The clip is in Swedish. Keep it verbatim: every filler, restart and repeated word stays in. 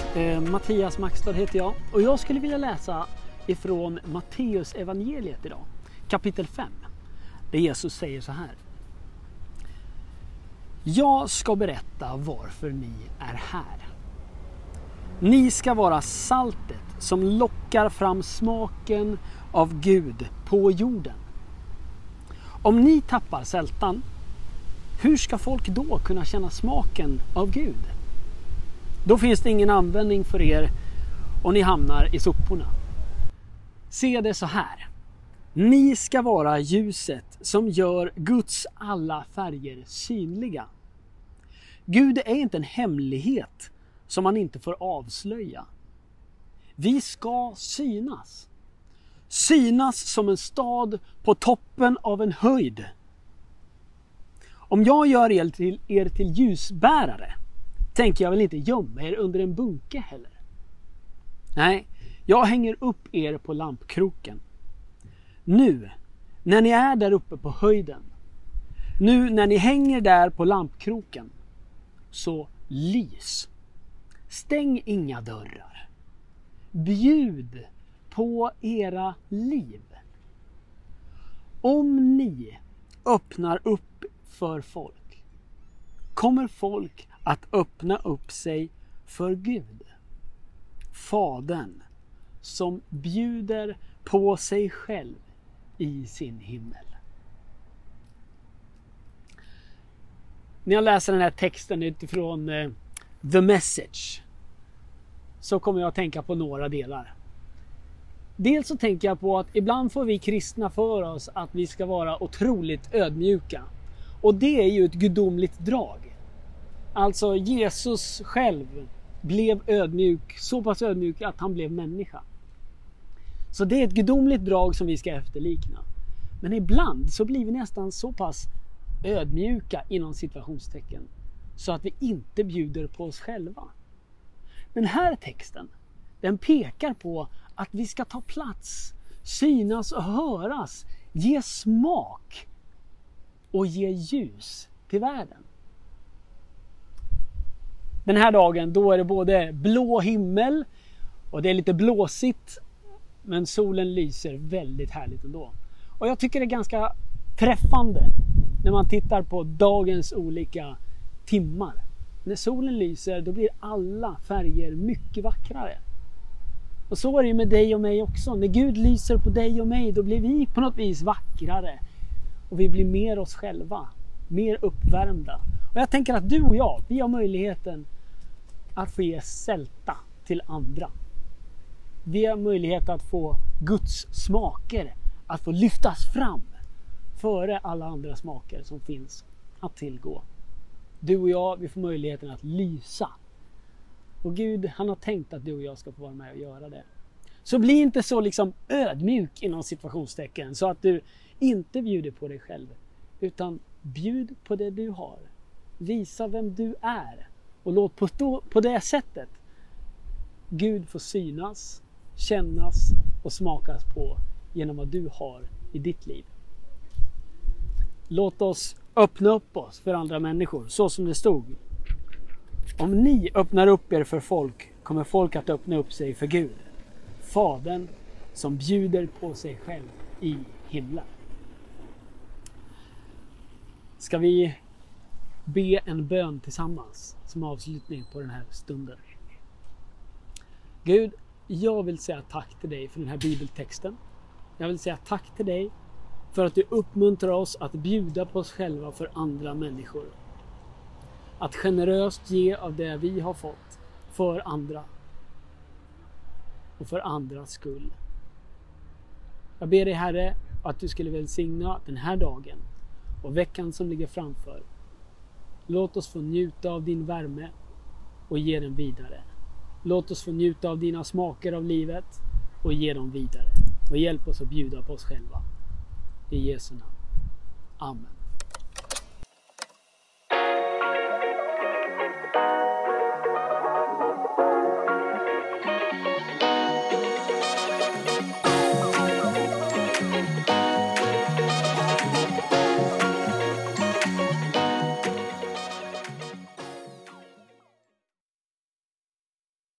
Eh, Mattias Maxstad heter jag och jag skulle vilja läsa ifrån Matteus evangeliet idag, kapitel fem, där Jesus säger så här: Jag ska berätta varför ni är här. Ni ska vara saltet som lockar fram smaken av Gud på jorden. Om ni tappar sältan, hur ska folk då kunna känna smaken av Gud? Då finns det ingen användning för er och ni hamnar i soporna. Se det så här. Ni ska vara ljuset som gör Guds alla färger synliga. Gud är inte en hemlighet som man inte får avslöja. Vi ska synas. Synas som en stad på toppen av en höjd. Om jag gör er till, er till ljusbärare, tänker jag väl inte gömma er under en bunke heller. Nej, jag hänger upp er på lampkroken. Nu, när ni är där uppe på höjden, nu när ni hänger där på lampkroken, så lys. Stäng inga dörrar. Bjud på era liv. Om ni öppnar upp för folk, kommer folk att öppna upp sig för Gud. Fadern som bjuder på sig själv i sin himmel. När jag läser den här texten utifrån eh, The Message, så kommer jag att tänka på några delar. Dels så tänker jag på att ibland får vi kristna för oss att vi ska vara otroligt ödmjuka. Och det är ju ett gudomligt drag. Alltså Jesus själv blev ödmjuk, så pass ödmjuk att han blev människa. Så det är ett gudomligt drag som vi ska efterlikna. Men ibland så blir vi nästan så pass ödmjuka inom situationstecken så att vi inte bjuder på oss själva. Den här texten, den pekar på att vi ska ta plats, synas och höras, ge smak och ge ljus till världen. Den här dagen, då är det både blå himmel och det är lite blåsigt, men solen lyser väldigt härligt ändå. Och jag tycker det är ganska träffande när man tittar på dagens olika timmar. När solen lyser, då blir alla färger mycket vackrare. Och så är det ju med dig och mig också. När Gud lyser på dig och mig, då blir vi på något vis vackrare. Och vi blir mer oss själva, mer uppvärmda. Och jag tänker att du och jag, vi har möjligheten att få ge sälta till andra. Vi har möjlighet att få Guds smaker att få lyftas fram före alla andra smaker som finns att tillgå. Du och jag, vi får möjligheten att lysa. Och Gud, han har tänkt att du och jag ska få vara med och göra det. Så bli inte så liksom ödmjuk inom situationstecken så att du inte bjuder på dig själv, utan bjud på det du har. Visa vem du är och låt på, då, på det sättet Gud får synas, kännas och smakas på genom vad du har i ditt liv. Låt oss öppna upp oss för andra människor, så som det stod. Om ni öppnar upp er för folk, kommer folk att öppna upp sig för Gud. Fadern som bjuder på sig själv i himlen. Ska vi be en bön tillsammans som avslutning på den här stunden? Gud, jag vill säga tack till dig för den här bibeltexten. Jag vill säga tack till dig för att du uppmuntrar oss att bjuda på oss själva för andra människor. Att generöst ge av det vi har fått för andra och för andras skull. Jag ber dig, Herre, att du skulle välsigna den här dagen och veckan som ligger framför. Låt oss få njuta av din värme och ge den vidare. Låt oss få njuta av dina smaker av livet och ge dem vidare. Och hjälp oss att bjuda på oss själva. I Jesu namn. Amen.